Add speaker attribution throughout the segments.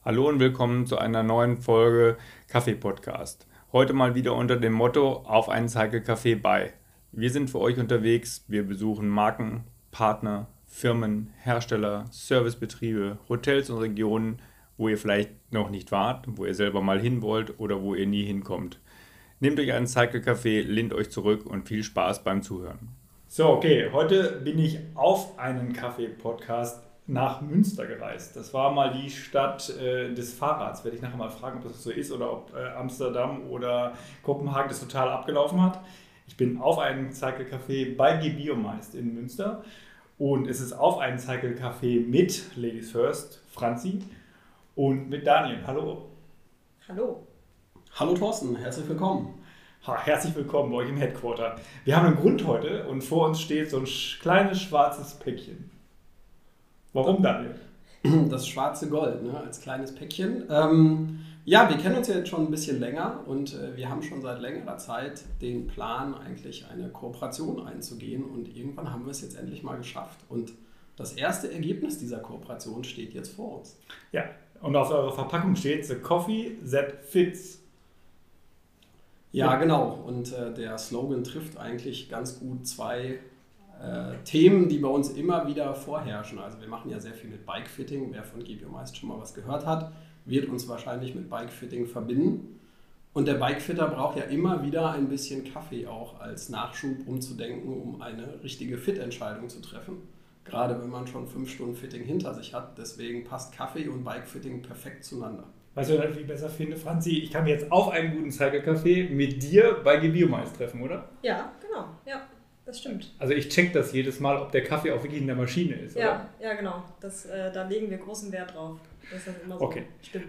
Speaker 1: Hallo und willkommen zu einer neuen Folge Kaffee-Podcast. Heute mal wieder unter dem Motto Auf einen Cycle Café bei. Wir sind für euch unterwegs, wir besuchen Marken, Partner, Firmen, Hersteller, Servicebetriebe, Hotels und Regionen, wo ihr vielleicht noch nicht wart, wo ihr selber mal hin wollt oder wo ihr nie hinkommt. Nehmt euch einen Cycle Café, lehnt euch zurück und viel Spaß beim Zuhören. So, okay, heute bin ich auf einen Kaffee-Podcast nach Münster gereist. Das war mal die Stadt des Fahrrads. Werde ich nachher mal fragen, ob das so ist oder ob Amsterdam oder Kopenhagen das total abgelaufen hat. Ich bin auf einem Cycle Café bei Gebiomeist in Münster und es ist auf einem Cycle Café mit Ladies First, Franzi und mit Daniel. Hallo.
Speaker 2: Hallo.
Speaker 3: Hallo Thorsten, herzlich willkommen.
Speaker 1: Herzlich willkommen bei euch im Headquarter. Wir haben einen Grund heute und vor uns steht so ein kleines schwarzes Päckchen. Warum, Daniel?
Speaker 3: Das schwarze Gold, ne, als kleines Päckchen. Ja, wir kennen uns ja jetzt schon ein bisschen länger und wir haben schon seit längerer Zeit den Plan, eigentlich eine Kooperation einzugehen und irgendwann haben wir es jetzt endlich mal geschafft. Und das erste Ergebnis dieser Kooperation steht jetzt vor uns.
Speaker 1: Ja, und auf eurer Verpackung steht The Coffee That Fits.
Speaker 3: Ja, genau. Und der Slogan trifft eigentlich ganz gut zwei Themen, die bei uns immer wieder vorherrschen. Also wir machen ja sehr viel mit Bikefitting. Wer von Gebiomeist schon mal was gehört hat, wird uns wahrscheinlich mit Bikefitting verbinden. Und der Bikefitter braucht ja immer wieder ein bisschen Kaffee auch als Nachschub, um zu denken, um eine richtige Fit-Entscheidung zu treffen. Gerade wenn man schon 5 Stunden Fitting hinter sich hat. Deswegen passt Kaffee und Bikefitting perfekt zueinander.
Speaker 1: Weißt du, was ich besser finde, Franzi? Ich kann mich jetzt auf einen guten Cycle Café mit dir bei Gebiomeist treffen, oder?
Speaker 2: Ja, genau. Ja, das stimmt.
Speaker 1: Also ich check das jedes Mal, ob der Kaffee auch wirklich in der Maschine ist, oder?
Speaker 2: Ja, genau. Da legen wir großen Wert drauf, dass das immer so stimmt.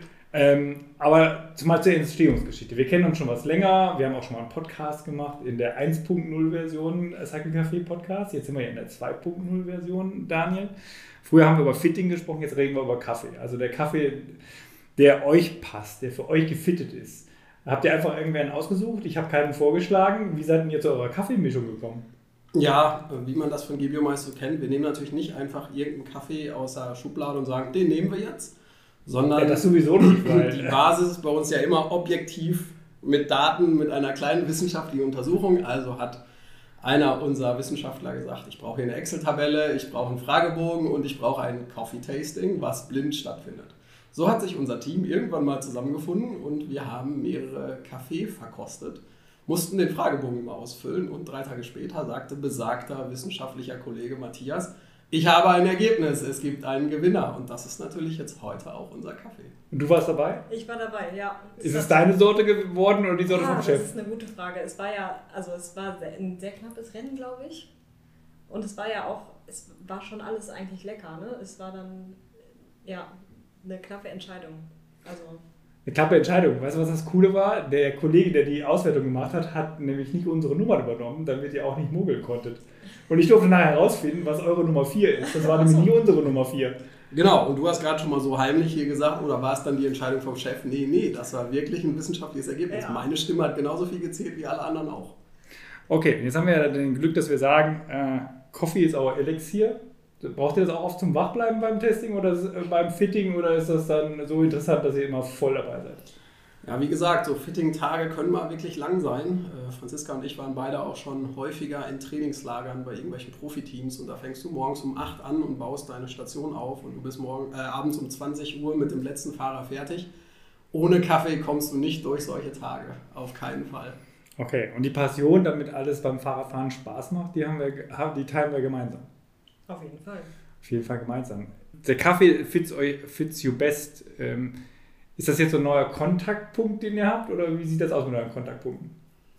Speaker 1: Aber zumal zur Entstehungsgeschichte. Wir kennen uns schon was länger. Wir haben auch schon mal einen Podcast gemacht in der 1.0 Version Cycle Café Podcast. Jetzt sind wir ja in der 2.0 Version, Daniel. Früher haben wir über Fitting gesprochen, jetzt reden wir über Kaffee. Also der Kaffee, der euch passt, der für euch gefittet ist. Habt ihr einfach irgendwen ausgesucht? Ich habe keinen vorgeschlagen. Wie seid denn ihr zu eurer Kaffeemischung gekommen?
Speaker 3: Ja, wie man das von Gebiomeist so kennt, wir nehmen natürlich nicht einfach irgendeinen Kaffee aus der Schublade und sagen, den nehmen wir jetzt, sondern
Speaker 1: ja, das sowieso nicht, weil
Speaker 3: die Basis ist bei uns ja immer objektiv mit Daten, mit einer kleinen wissenschaftlichen Untersuchung. Also hat einer unserer Wissenschaftler gesagt, ich brauche hier eine Excel-Tabelle, ich brauche einen Fragebogen und ich brauche ein Coffee-Tasting, was blind stattfindet. So hat sich unser Team irgendwann mal zusammengefunden und wir haben mehrere Kaffee verkostet, mussten den Fragebogen immer ausfüllen und 3 Tage später sagte besagter wissenschaftlicher Kollege Matthias, ich habe ein Ergebnis, es gibt einen Gewinner und das ist natürlich jetzt heute auch unser Kaffee.
Speaker 1: Und du warst dabei?
Speaker 2: Ich war dabei, ja.
Speaker 1: Ist es deine Sorte geworden oder die Sorte vom Chef?
Speaker 2: Das ist eine gute Frage. Es war ein sehr knappes Rennen, glaube ich. Und es war schon alles eigentlich lecker, ne? Es war dann, ja, eine knappe Entscheidung.
Speaker 1: Eine knappe Entscheidung. Weißt du, was das Coole war? Der Kollege, der die Auswertung gemacht hat, hat nämlich nicht unsere Nummer übernommen, damit ihr auch nicht mogeln konntet. Und ich durfte nachher herausfinden, was eure Nummer 4 ist. Das war nämlich nie unsere Nummer 4.
Speaker 3: Genau, und du hast gerade schon mal so heimlich hier gesagt, oder war es dann die Entscheidung vom Chef? Nee, das war wirklich ein wissenschaftliches Ergebnis. Ja. Meine Stimme hat genauso viel gezählt wie alle anderen auch.
Speaker 1: Okay, jetzt haben wir ja den Glück, dass wir sagen, Coffee ist our Elixier. Braucht ihr das auch oft zum Wachbleiben beim Testing oder beim Fitting oder ist das dann so interessant, dass ihr immer voll dabei seid?
Speaker 3: Ja, wie gesagt, so Fitting-Tage können mal wirklich lang sein. Franziska und ich waren beide auch schon häufiger in Trainingslagern bei irgendwelchen Profiteams und da fängst du morgens um 8 an und baust deine Station auf und du bist abends um 20 Uhr mit dem letzten Fahrer fertig. Ohne Kaffee kommst du nicht durch solche Tage, auf keinen Fall.
Speaker 1: Okay, und die Passion, damit alles beim Fahrradfahren Spaß macht, die teilen wir gemeinsam.
Speaker 2: Auf jeden Fall.
Speaker 1: Auf jeden Fall gemeinsam. Der Kaffee fits you best. Ist das jetzt so ein neuer Kontaktpunkt, den ihr habt? Oder wie sieht das aus mit euren Kontaktpunkten?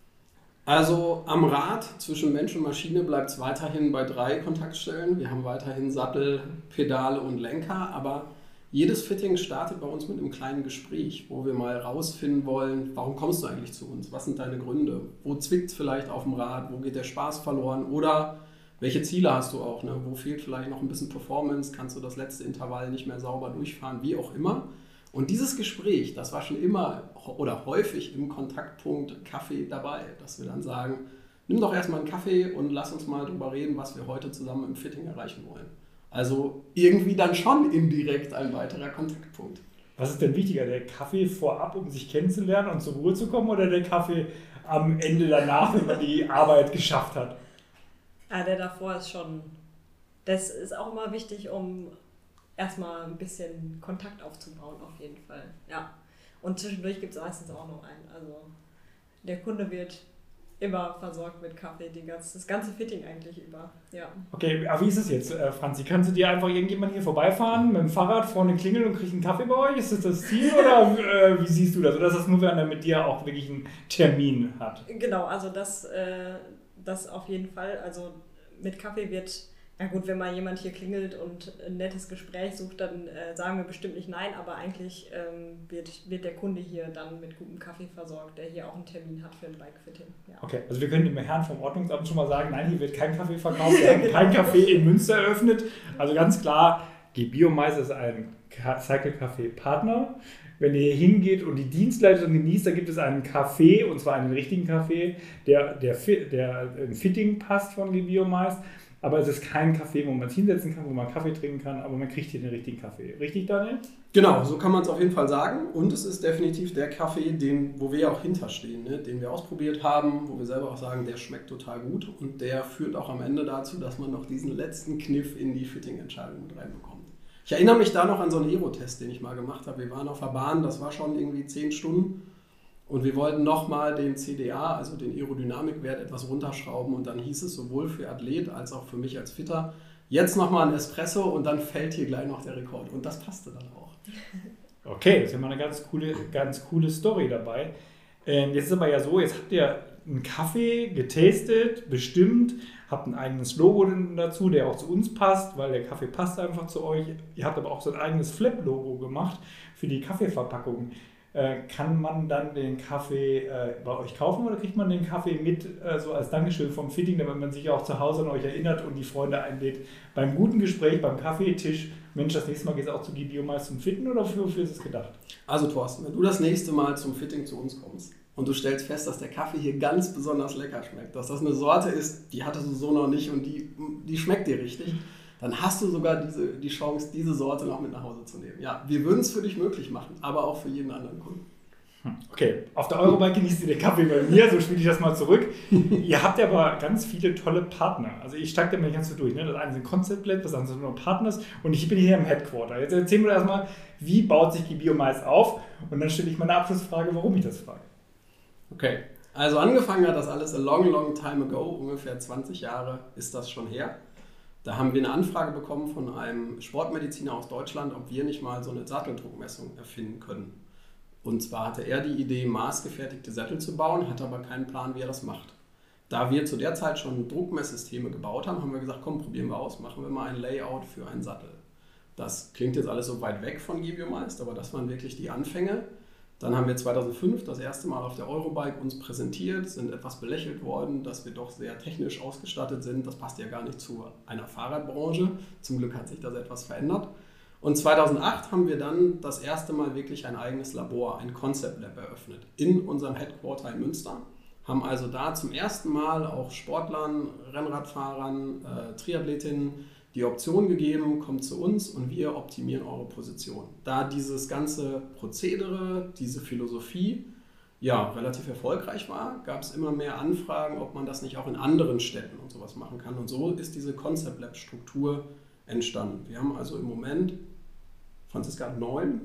Speaker 3: Also am Rad zwischen Mensch und Maschine bleibt es weiterhin bei 3 Kontaktstellen. Wir haben weiterhin Sattel, Pedale und Lenker. Aber jedes Fitting startet bei uns mit einem kleinen Gespräch, wo wir mal rausfinden wollen, warum kommst du eigentlich zu uns? Was sind deine Gründe? Wo zwickt es vielleicht auf dem Rad? Wo geht der Spaß verloren? Oder welche Ziele hast du auch? Ne? Wo fehlt vielleicht noch ein bisschen Performance? Kannst du das letzte Intervall nicht mehr sauber durchfahren? Wie auch immer. Und dieses Gespräch, das war schon immer oder häufig im Kontaktpunkt Kaffee dabei, dass wir dann sagen, nimm doch erstmal einen Kaffee und lass uns mal drüber reden, was wir heute zusammen im Fitting erreichen wollen. Also irgendwie dann schon indirekt ein weiterer Kontaktpunkt.
Speaker 4: Was ist denn wichtiger, der Kaffee vorab, um sich kennenzulernen und zur Ruhe zu kommen, oder der Kaffee am Ende danach, wenn man die Arbeit geschafft hat?
Speaker 2: Ja, der davor ist schon, das ist auch immer wichtig, um erstmal ein bisschen Kontakt aufzubauen, auf jeden Fall. Ja. Und zwischendurch gibt es meistens auch noch einen. Also der Kunde wird immer versorgt mit Kaffee, das ganze Fitting eigentlich über. Ja.
Speaker 4: Okay, aber wie ist es jetzt, Franzi? Kannst du dir einfach irgendjemand hier vorbeifahren, mit dem Fahrrad vorne klingeln und kriegst einen Kaffee bei euch? Ist das das Ziel oder wie siehst du das? Oder ist das nur, wenn er mit dir auch wirklich einen Termin hat?
Speaker 2: Genau, also das auf jeden Fall. Also mit Kaffee wird, ja gut, wenn mal jemand hier klingelt und ein nettes Gespräch sucht, dann sagen wir bestimmt nicht nein, aber eigentlich wird der Kunde hier dann mit gutem Kaffee versorgt, der hier auch einen Termin hat für ein Bike-Fitting. Ja.
Speaker 4: Okay, also wir können dem Herrn vom Ordnungsamt schon mal sagen, nein, hier wird kein Kaffee verkauft, wir haben kein Café in Münster eröffnet. Also ganz klar, die Biomais ist ein Cycle Café Partner. Wenn ihr hier hingeht und die Dienstleistung genießt, da gibt es einen Café, und zwar einen richtigen Café, der im Fitting passt von die Biomais. Aber es ist kein Café, wo man es hinsetzen kann, wo man Kaffee trinken kann, aber man kriegt hier den richtigen Kaffee. Richtig, Daniel?
Speaker 3: Genau, so kann man es auf jeden Fall sagen. Und es ist definitiv der Kaffee, wo wir auch hinterstehen, ne? Den wir ausprobiert haben, wo wir selber auch sagen, der schmeckt total gut. Und der führt auch am Ende dazu, dass man noch diesen letzten Kniff in die Fitting-Entscheidung mit reinbekommt. Ich erinnere mich da noch an so einen Aero-Test, den ich mal gemacht habe. Wir waren auf der Bahn, das war schon irgendwie 10 Stunden. Und wir wollten nochmal den CDA, also den Aerodynamikwert, etwas runterschrauben. Und dann hieß es sowohl für Athlet als auch für mich als Fitter, jetzt nochmal ein Espresso und dann fällt hier gleich noch der Rekord. Und das passte dann auch.
Speaker 4: Okay, das ist ja mal eine ganz coole Story dabei. Jetzt ist aber ja so, jetzt habt ihr einen Kaffee getastet, bestimmt, habt ein eigenes Logo dazu, der auch zu uns passt, weil der Kaffee passt einfach zu euch. Ihr habt aber auch so ein eigenes Flap-Logo gemacht für die Kaffeeverpackung. Kann man dann den Kaffee bei euch kaufen oder kriegt man den Kaffee mit so als Dankeschön vom Fitting, damit man sich auch zu Hause an euch erinnert und die Freunde einlädt beim guten Gespräch, beim Kaffeetisch? Mensch, das nächste Mal geht es auch zu die Biomais zum Fitten oder wofür ist es gedacht?
Speaker 3: Also Thorsten, wenn du das nächste Mal zum Fitting zu uns kommst und du stellst fest, dass der Kaffee hier ganz besonders lecker schmeckt, dass das eine Sorte ist, die hattest du so noch nicht und die schmeckt dir richtig, dann hast du sogar die Chance, diese Sorte noch mit nach Hause zu nehmen. Ja, wir würden es für dich möglich machen, aber auch für jeden anderen Kunden.
Speaker 4: Okay, auf der Eurobike genießt ihr den Kaffee bei mir, so spiele ich das mal zurück. Ihr habt ja aber ganz viele tolle Partner. Also ich steige da mal ganz so durch. Ne? Das eine sind Concept Lab, das andere sind nur Partners und ich bin hier im Headquarter. Jetzt erzählen wir erstmal, wie baut sich die Biomais auf und dann stelle ich meine Abschlussfrage, warum ich das frage.
Speaker 3: Okay, also angefangen hat das alles a long, long time ago, ungefähr 20 Jahre ist das schon her. Da haben wir eine Anfrage bekommen von einem Sportmediziner aus Deutschland, ob wir nicht mal so eine Satteldruckmessung erfinden können. Und zwar hatte er die Idee, maßgefertigte Sättel zu bauen, hatte aber keinen Plan, wie er das macht. Da wir zu der Zeit schon Druckmesssysteme gebaut haben, haben wir gesagt, komm, probieren wir aus, machen wir mal ein Layout für einen Sattel. Das klingt jetzt alles so weit weg von Biomais, aber das waren wirklich die Anfänge. Dann haben wir 2005 das erste Mal auf der Eurobike uns präsentiert, sind etwas belächelt worden, dass wir doch sehr technisch ausgestattet sind. Das passt ja gar nicht zu einer Fahrradbranche. Zum Glück hat sich das etwas verändert. Und 2008 haben wir dann das erste Mal wirklich ein eigenes Labor, ein Concept Lab eröffnet in unserem Headquarter in Münster. Haben also da zum ersten Mal auch Sportlern, Rennradfahrern, Triathletinnen die Option gegeben, kommt zu uns und wir optimieren eure Position. Da dieses ganze Prozedere, diese Philosophie ja relativ erfolgreich war, gab es immer mehr Anfragen, ob man das nicht auch in anderen Städten und sowas machen kann. Und so ist diese Concept Lab Struktur entstanden. Wir haben also im Moment, Franziska, 9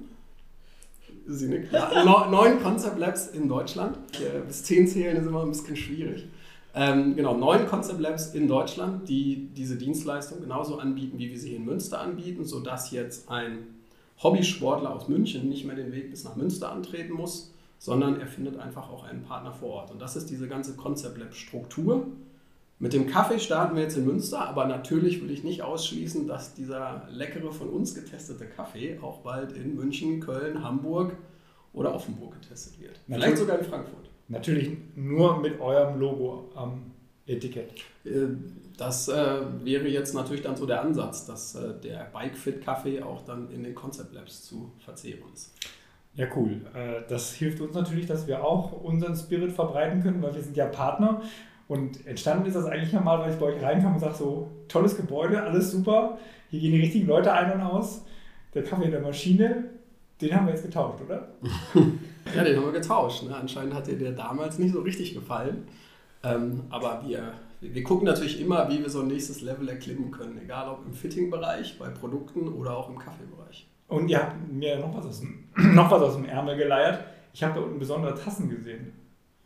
Speaker 3: Concept Labs in Deutschland. Bis 10 zählen ist immer ein bisschen schwierig. 9 Concept Labs in Deutschland, die diese Dienstleistung genauso anbieten, wie wir sie hier in Münster anbieten, sodass jetzt ein Hobbysportler aus München nicht mehr den Weg bis nach Münster antreten muss, sondern er findet einfach auch einen Partner vor Ort. Und das ist diese ganze Concept Lab Struktur. Mit dem Kaffee starten wir jetzt in Münster, aber natürlich will ich nicht ausschließen, dass dieser leckere, von uns getestete Kaffee auch bald in München, Köln, Hamburg oder Offenburg getestet wird. Vielleicht sogar in Frankfurt.
Speaker 4: Natürlich nur mit eurem Logo am Etikett.
Speaker 3: Das wäre jetzt natürlich dann so der Ansatz, dass der Bike-Fit-Kaffee auch dann in den Concept Labs zu verzehren ist.
Speaker 4: Ja, cool. Das hilft uns natürlich, dass wir auch unseren Spirit verbreiten können, weil wir sind ja Partner. Und entstanden ist das eigentlich ja mal, weil ich bei euch reinkam und sage so, tolles Gebäude, alles super, hier gehen die richtigen Leute ein und aus, der Kaffee in der Maschine, Den haben wir jetzt getauscht, oder?
Speaker 3: Ja, den haben wir getauscht. Ne? Anscheinend hat dir der damals nicht so richtig gefallen. Aber wir gucken natürlich immer, wie wir so ein nächstes Level erklimmen können. Egal ob im Fitting-Bereich, bei Produkten oder auch im Kaffeebereich.
Speaker 4: Und ihr habt mir noch was aus dem Ärmel geleiert. Ich habe da unten besondere Tassen gesehen.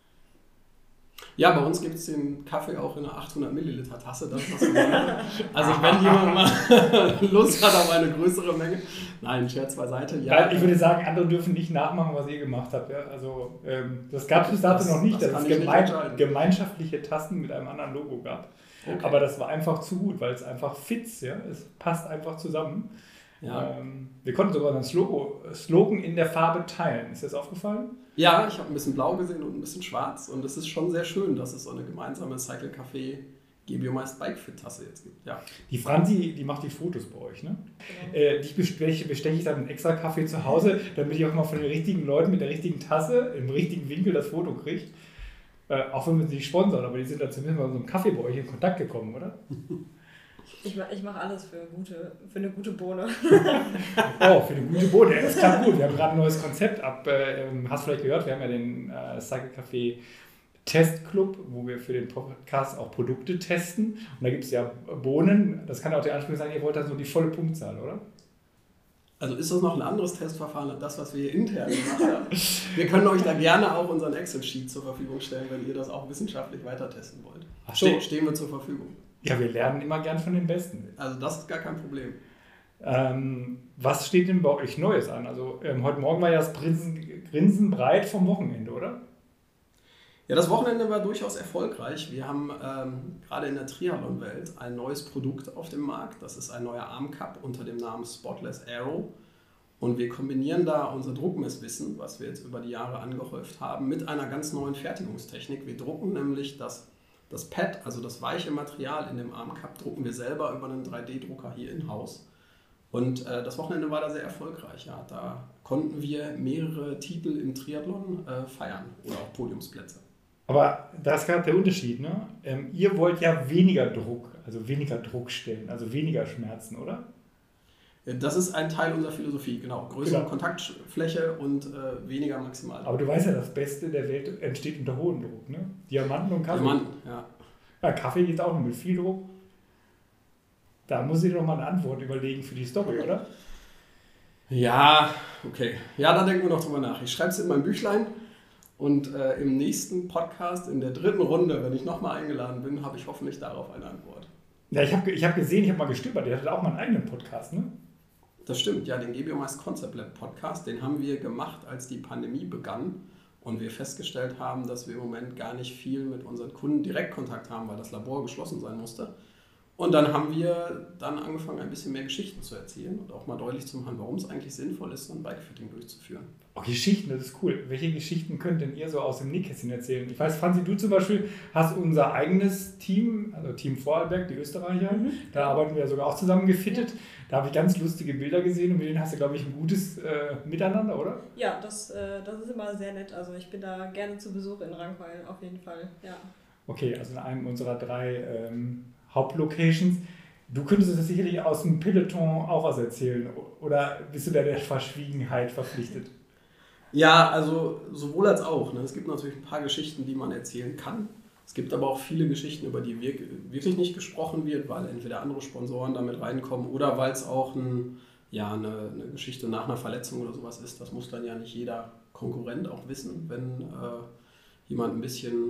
Speaker 3: Ja, bei uns gibt es den Kaffee auch in einer 800 Milliliter Tasse. Das hast du also wenn jemand mal Lust hat auf eine größere Menge. Nein, Scherz beiseite. Ja,
Speaker 4: Ich würde sagen, andere dürfen nicht nachmachen, was ihr gemacht habt. Ja? Also das gab es bis dato noch nicht, dass es gemeinschaftliche Tassen mit einem anderen Logo gab. Okay. Aber das war einfach zu gut, weil es einfach fits, ja? Es passt einfach zusammen. Ja. Wir konnten sogar einen Slogan in der Farbe teilen. Ist dir das aufgefallen?
Speaker 3: Ja, ich habe ein bisschen blau gesehen und ein bisschen schwarz. Und es ist schon sehr schön, dass es so eine gemeinsame Cycle Café Gebiomast Bike Fit Tasse jetzt gibt. Ja.
Speaker 4: Die Franzi, die macht die Fotos bei euch, ne? Ja. Die besteche ich dann einen extra Kaffee zu Hause, damit ich auch mal von den richtigen Leuten mit der richtigen Tasse im richtigen Winkel das Foto kriege. Auch wenn wir sie nicht sponsern, aber die sind dann zumindest mal mit so einem Kaffee bei euch in Kontakt gekommen, oder?
Speaker 2: Ich mache alles für eine gute Bohne.
Speaker 4: Oh, für eine gute Bohne. Ja, das klappt gut. Wir haben gerade ein neues Konzept ab. Hast vielleicht gehört, wir haben ja den Cycle Café Testclub, wo wir für den Podcast auch Produkte testen. Und da gibt es ja Bohnen. Das kann auch der Anspruch sein, ihr wollt dann so die volle Punktzahl, oder?
Speaker 3: Also ist das noch ein anderes Testverfahren als das, was wir hier intern gemacht haben? Wir können euch da gerne auch unseren Excel-Sheet zur Verfügung stellen, wenn ihr das auch wissenschaftlich weiter testen wollt.
Speaker 4: Ach so.
Speaker 3: Stehen wir zur Verfügung.
Speaker 4: Ja, wir lernen immer gern von den Besten.
Speaker 3: Also das ist gar kein Problem.
Speaker 4: Was steht denn bei euch Neues an? Also heute Morgen war ja das Grinsen breit vom Wochenende, oder?
Speaker 3: Ja, das Wochenende war durchaus erfolgreich. Wir haben gerade in der Triathlon-Welt ein neues Produkt auf dem Markt. Das ist ein neuer Armcup unter dem Namen Spotless Aero. Und wir kombinieren da unser Druckmesswissen, was wir jetzt über die Jahre angehäuft haben, mit einer ganz neuen Fertigungstechnik. Wir drucken nämlich das Pad, also das weiche Material in dem Armcup, drucken wir selber über einen 3D-Drucker hier in-house. Und das Wochenende war da sehr erfolgreich. Ja. Da konnten wir mehrere Titel im Triathlon feiern oder auch Podiumsplätze.
Speaker 4: Aber da ist gerade der Unterschied, ne? Ihr wollt ja weniger Druck, also weniger Druckstellen, also weniger Schmerzen, oder?
Speaker 3: Das ist ein Teil unserer Philosophie, genau. Größere Kontaktfläche und weniger maximal.
Speaker 4: Aber du weißt ja, das Beste der Welt entsteht unter hohem Druck, ne? Diamanten und Kaffee.
Speaker 3: Diamanten, ja.
Speaker 4: Ja, Kaffee geht auch nur mit viel Druck. Da muss ich dir doch mal eine Antwort überlegen für die Story, oder?
Speaker 3: Ja, okay. Ja, da denken wir noch drüber nach. Ich schreibe es in mein Büchlein und im nächsten Podcast, in der 3. Runde, wenn ich nochmal eingeladen bin, habe ich hoffentlich darauf eine Antwort.
Speaker 4: Ja, ich hab gesehen, ich habe mal gestöbert, der hatte auch mal einen eigenen Podcast, ne?
Speaker 3: Das stimmt, ja, den Gebiomast Concept Lab Podcast, den haben wir gemacht, als die Pandemie begann und wir festgestellt haben, dass wir im Moment gar nicht viel mit unseren Kunden Direktkontakt haben, weil das Labor geschlossen sein musste. Und dann haben wir angefangen, ein bisschen mehr Geschichten zu erzählen und auch mal deutlich zu machen, warum es eigentlich sinnvoll ist, so ein Bikefitting durchzuführen.
Speaker 4: Oh, Geschichten, das ist cool. Welche Geschichten könnt denn ihr so aus dem Nähkästchen erzählen? Ich weiß, Franzi, du zum Beispiel hast unser eigenes Team, also Team Vorarlberg, die Österreicher, da arbeiten wir ja sogar auch zusammen gefittet. Da habe ich ganz lustige Bilder gesehen und mit denen hast du, glaube ich, ein gutes Miteinander, oder?
Speaker 2: Ja, das ist immer sehr nett. Also ich bin da gerne zu Besuch in Rankweil, auf jeden Fall, ja.
Speaker 4: Okay, also in einem unserer 3 Hauptlocations. Du könntest uns sicherlich aus dem Peloton auch was erzählen, oder bist du da der Verschwiegenheit verpflichtet?
Speaker 3: Ja, also sowohl als auch. Ne? Es gibt natürlich ein paar Geschichten, die man erzählen kann. Es gibt aber auch viele Geschichten, über die wirklich nicht gesprochen wird, weil entweder andere Sponsoren damit reinkommen oder weil es auch eine Geschichte nach einer Verletzung oder sowas ist. Das muss dann ja nicht jeder Konkurrent auch wissen, wenn jemand ein bisschen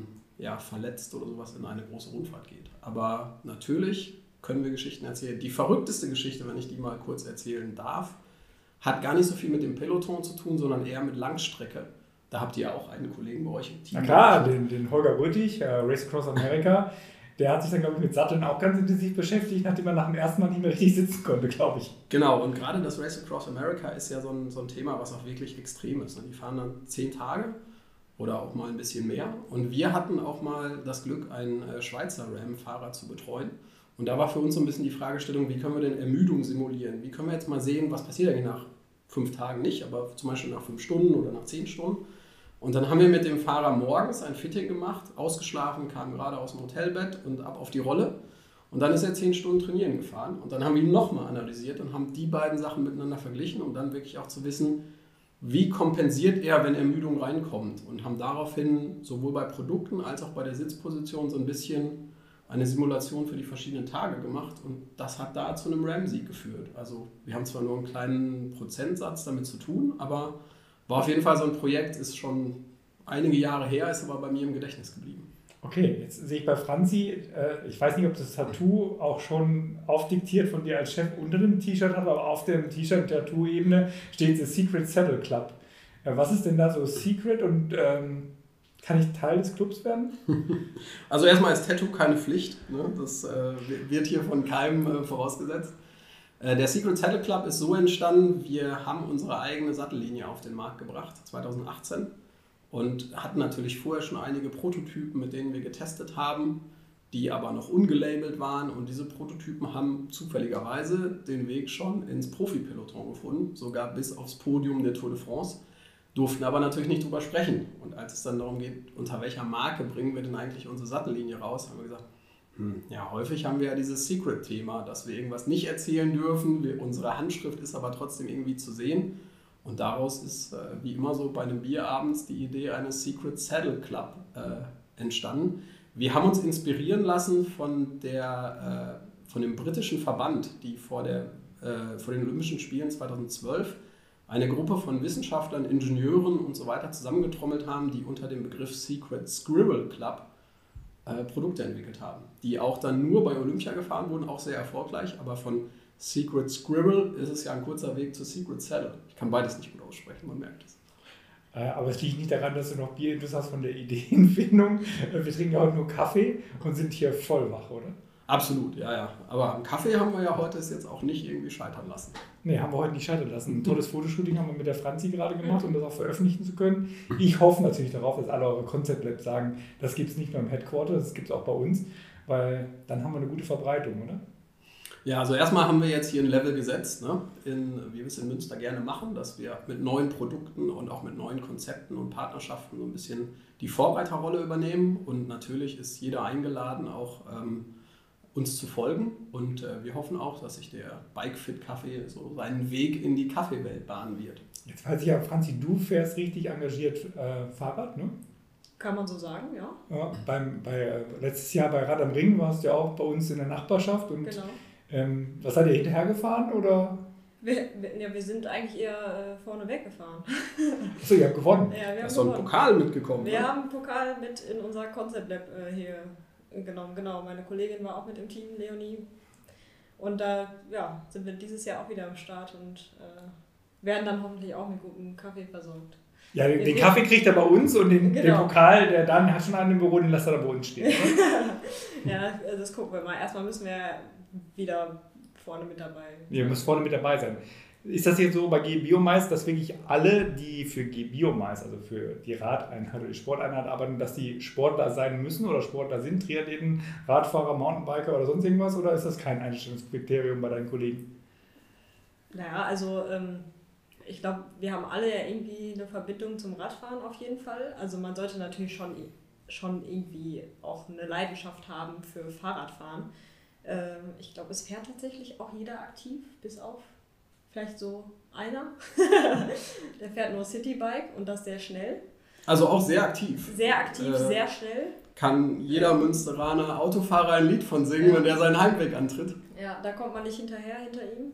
Speaker 3: verletzt oder sowas in eine große Rundfahrt geht. Aber natürlich können wir Geschichten erzählen. Die verrückteste Geschichte, wenn ich die mal kurz erzählen darf, hat gar nicht so viel mit dem Peloton zu tun, sondern eher mit Langstrecke. Da habt ihr ja auch einen Kollegen bei euch im Team.
Speaker 4: Na klar, den Holger Rüttig, Race Across America, der hat sich dann, glaube ich, mit Satteln auch ganz intensiv beschäftigt, nachdem er nach dem ersten Mal nicht mehr richtig sitzen konnte, glaube ich.
Speaker 3: Genau, und gerade das Race Across America ist ja so ein Thema, was auch wirklich extrem ist. Die fahren dann 10 Tage oder auch mal ein bisschen mehr. Und wir hatten auch mal das Glück, einen Schweizer Ram-Fahrer zu betreuen. Und da war für uns so ein bisschen die Fragestellung, wie können wir denn Ermüdung simulieren? Wie können wir jetzt mal sehen, was passiert eigentlich nach 5 Tagen nicht, aber zum Beispiel nach 5 Stunden oder nach 10 Stunden. Und dann haben wir mit dem Fahrer morgens ein Fitting gemacht, ausgeschlafen, kamen gerade aus dem Hotelbett und ab auf die Rolle. Und dann ist er 10 Stunden trainieren gefahren und dann haben wir ihn nochmal analysiert und haben die beiden Sachen miteinander verglichen, um dann wirklich auch zu wissen, wie kompensiert er, wenn Ermüdung reinkommt, und haben daraufhin sowohl bei Produkten als auch bei der Sitzposition so ein bisschen eine Simulation für die verschiedenen Tage gemacht und das hat da zu einem RAM-Sieg geführt. Also wir haben zwar nur einen kleinen Prozentsatz damit zu tun, aber war auf jeden Fall so ein Projekt, ist schon einige Jahre her, ist aber bei mir im Gedächtnis geblieben.
Speaker 4: Okay, jetzt sehe ich bei Franzi, ich weiß nicht, ob das Tattoo auch schon aufdiktiert von dir als Chef unter dem T-Shirt hat, aber auf dem T-Shirt-Tattoo-Ebene steht The Secret Saddle Club. Was ist denn da so Secret und kann ich Teil des Clubs werden?
Speaker 3: Also erstmal ist Tattoo keine Pflicht, ne? Das wird hier von keinem vorausgesetzt. Der Secret Saddle Club ist so entstanden, wir haben unsere eigene Sattellinie auf den Markt gebracht, 2018. Und hatten natürlich vorher schon einige Prototypen, mit denen wir getestet haben, die aber noch ungelabelt waren. Und diese Prototypen haben zufälligerweise den Weg schon ins Profi-Peloton gefunden, sogar bis aufs Podium der Tour de France, durften aber natürlich nicht drüber sprechen. Und als es dann darum geht, unter welcher Marke bringen wir denn eigentlich unsere Sattellinie raus, haben wir gesagt, ja, häufig haben wir ja dieses Secret-Thema, dass wir irgendwas nicht erzählen dürfen, unsere Handschrift ist aber trotzdem irgendwie zu sehen. Und daraus ist, wie immer so bei einem Bier abends, die Idee eines Secret Saddle Club entstanden. Wir haben uns inspirieren lassen von dem britischen Verband, die vor den Olympischen Spielen 2012 eine Gruppe von Wissenschaftlern, Ingenieuren und so weiter zusammengetrommelt haben, die unter dem Begriff Secret Scribble Club Produkte entwickelt haben, die auch dann nur bei Olympia gefahren wurden, auch sehr erfolgreich, aber von Secret Scribble ist es ja ein kurzer Weg zu Secret Saddle. Ich kann beides nicht gut aussprechen, man merkt es.
Speaker 4: Aber es liegt nicht daran, dass du noch Bierintus hast von der Ideenfindung. Wir trinken ja heute nur Kaffee und sind hier voll wach, oder?
Speaker 3: Absolut, ja. Aber am Kaffee haben wir ja heute es jetzt auch nicht irgendwie scheitern lassen.
Speaker 4: Nee, haben wir heute nicht scheitern lassen. Ein tolles Fotoshooting haben wir mit der Franzi gerade gemacht, um das auch veröffentlichen zu können. Ich hoffe natürlich darauf, dass alle eure Concept Labs sagen, das gibt es nicht nur im Headquarter, das gibt es auch bei uns, weil dann haben wir eine gute Verbreitung, oder?
Speaker 3: Ja, also erstmal haben wir jetzt hier ein Level gesetzt, ne, wie wir es in Münster gerne machen, dass wir mit neuen Produkten und auch mit neuen Konzepten und Partnerschaften so ein bisschen die Vorreiterrolle übernehmen. Und natürlich ist jeder eingeladen, auch uns zu folgen. Und wir hoffen auch, dass sich der Bike-Fit-Café so seinen Weg in die Kaffeewelt bahnen wird.
Speaker 4: Jetzt weiß ich ja, Franzi, du fährst richtig engagiert Fahrrad, ne?
Speaker 2: Kann man so sagen, ja.
Speaker 4: Ja, letztes Jahr bei Rad am Ring warst du ja auch bei uns in der Nachbarschaft. Und
Speaker 2: Genau.
Speaker 4: Was seid ihr hinterher gefahren, oder?
Speaker 2: Wir sind eigentlich eher vorne weggefahren.
Speaker 4: Achso, ihr habt gewonnen.
Speaker 2: Ja, wir haben
Speaker 3: Ist so ein Pokal mitgekommen.
Speaker 2: Wir
Speaker 3: ne?
Speaker 2: haben einen Pokal mit in unser Concept Lab hier genommen. Genau, meine Kollegin war auch mit im Team, Leonie. Und da sind wir dieses Jahr auch wieder am Start und werden dann hoffentlich auch mit gutem Kaffee versorgt.
Speaker 4: Ja, den Kaffee kriegt er bei uns und den Pokal, der dann hat schon einen im Büro, den lässt er da bei uns stehen.
Speaker 2: Ja, das gucken wir mal. Erstmal müssen wir wieder vorne mit dabei.
Speaker 4: Ihr müsst vorne mit dabei sein. Ist das jetzt so bei G-Biomais, dass wirklich alle, die für G-Biomais, also für die Radeinheit oder die Sporteinheit arbeiten, dass die Sportler sein müssen oder Sportler sind, Triathleten, Radfahrer, Mountainbiker oder sonst irgendwas? Oder ist das kein Einstellungskriterium bei deinen Kollegen?
Speaker 2: Naja, also ich glaube, wir haben alle ja irgendwie eine Verbindung zum Radfahren auf jeden Fall. Also man sollte natürlich schon irgendwie auch eine Leidenschaft haben für Fahrradfahren. Ich glaube, es fährt tatsächlich auch jeder aktiv, bis auf vielleicht so einer. Der fährt nur Citybike und das sehr schnell.
Speaker 3: Also auch sehr aktiv.
Speaker 2: Sehr aktiv, sehr schnell.
Speaker 3: Kann jeder Münsteraner Autofahrer ein Lied von singen, wenn der seinen Heimweg antritt.
Speaker 2: Ja, da kommt man nicht hinter ihm.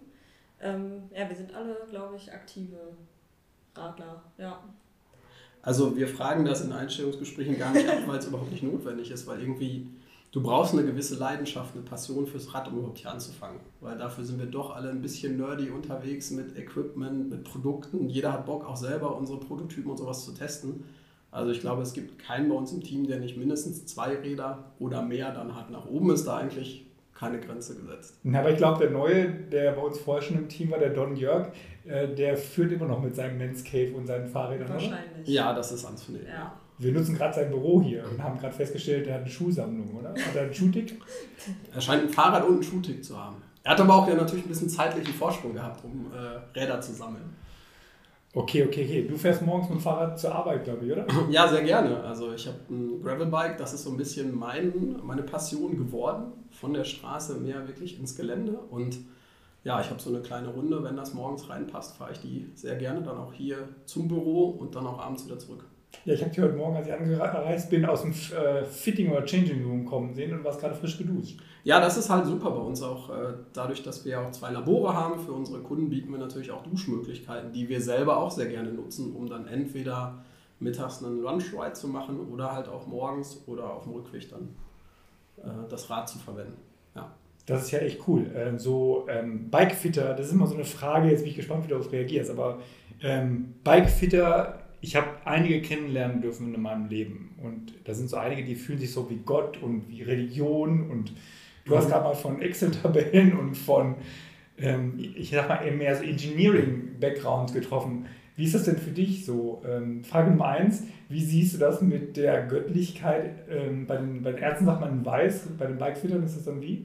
Speaker 2: Wir sind alle, glaube ich, aktive Radler. Ja.
Speaker 3: Also wir fragen das in Einstellungsgesprächen gar nicht ab, weil es überhaupt nicht notwendig ist, weil irgendwie du brauchst eine gewisse Leidenschaft, eine Passion fürs Rad, um überhaupt hier anzufangen. Weil dafür sind wir doch alle ein bisschen nerdy unterwegs mit Equipment, mit Produkten. Jeder hat Bock, auch selber unsere Prototypen und sowas zu testen. Also ich glaube, es gibt keinen bei uns im Team, der nicht mindestens 2 Räder oder mehr dann hat. Nach oben ist da eigentlich keine Grenze gesetzt.
Speaker 4: Aber ich glaube, der Neue, der bei uns vorher schon im Team war, der Don Jörg, der führt immer noch mit seinem Men's Cave und seinen Fahrrädern.
Speaker 2: Wahrscheinlich.
Speaker 3: Oder? Ja, das ist anzunehmen.
Speaker 2: Ja.
Speaker 4: Wir nutzen gerade sein Büro hier und haben gerade festgestellt, er hat eine Schuhsammlung, oder? Hat er einen Schuhtick?
Speaker 3: Er scheint ein Fahrrad und einen Schuhtick zu haben. Er hat aber auch ja natürlich ein bisschen zeitlichen Vorsprung gehabt, um Räder zu sammeln.
Speaker 4: Okay. Du fährst morgens mit dem Fahrrad zur Arbeit, glaube ich, oder?
Speaker 3: Ja, sehr gerne. Also ich habe ein Gravelbike, das ist so ein bisschen meine Passion geworden, von der Straße mehr wirklich ins Gelände. Und ja, ich habe so eine kleine Runde, wenn das morgens reinpasst, fahre ich die sehr gerne dann auch hier zum Büro und dann auch abends wieder zurück.
Speaker 4: Ja, ich habe dich heute Morgen, als ich angereist bin, aus dem Fitting- oder Changing Room kommen sehen und warst gerade frisch geduscht.
Speaker 3: Ja, das ist halt super bei uns auch. Dadurch, dass wir auch 2 Labore haben, für unsere Kunden bieten wir natürlich auch Duschmöglichkeiten, die wir selber auch sehr gerne nutzen, um dann entweder mittags einen Lunch-Ride zu machen oder halt auch morgens oder auf dem Rückweg dann das Rad zu verwenden. Ja.
Speaker 4: Das ist ja echt cool. Bikefitter, das ist immer so eine Frage, jetzt bin ich gespannt, wie du darauf reagierst, aber Bikefitter, ich habe einige kennenlernen dürfen in meinem Leben und da sind so einige, die fühlen sich so wie Gott und wie Religion und du hast gerade mal von Excel-Tabellen und von, ich sag mal, eher mehr so Engineering-Backgrounds getroffen. Wie ist das denn für dich so? Frage Nummer 1, wie siehst du das mit der Göttlichkeit? Bei den Ärzten sagt man weiß, bei den Bikefittern ist das dann wie?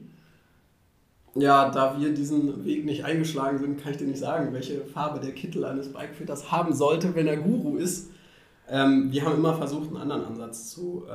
Speaker 3: Ja, da wir diesen Weg nicht eingeschlagen sind, kann ich dir nicht sagen, welche Farbe der Kittel eines Bikefitters haben sollte, wenn er Guru ist. Wir haben immer versucht, einen anderen Ansatz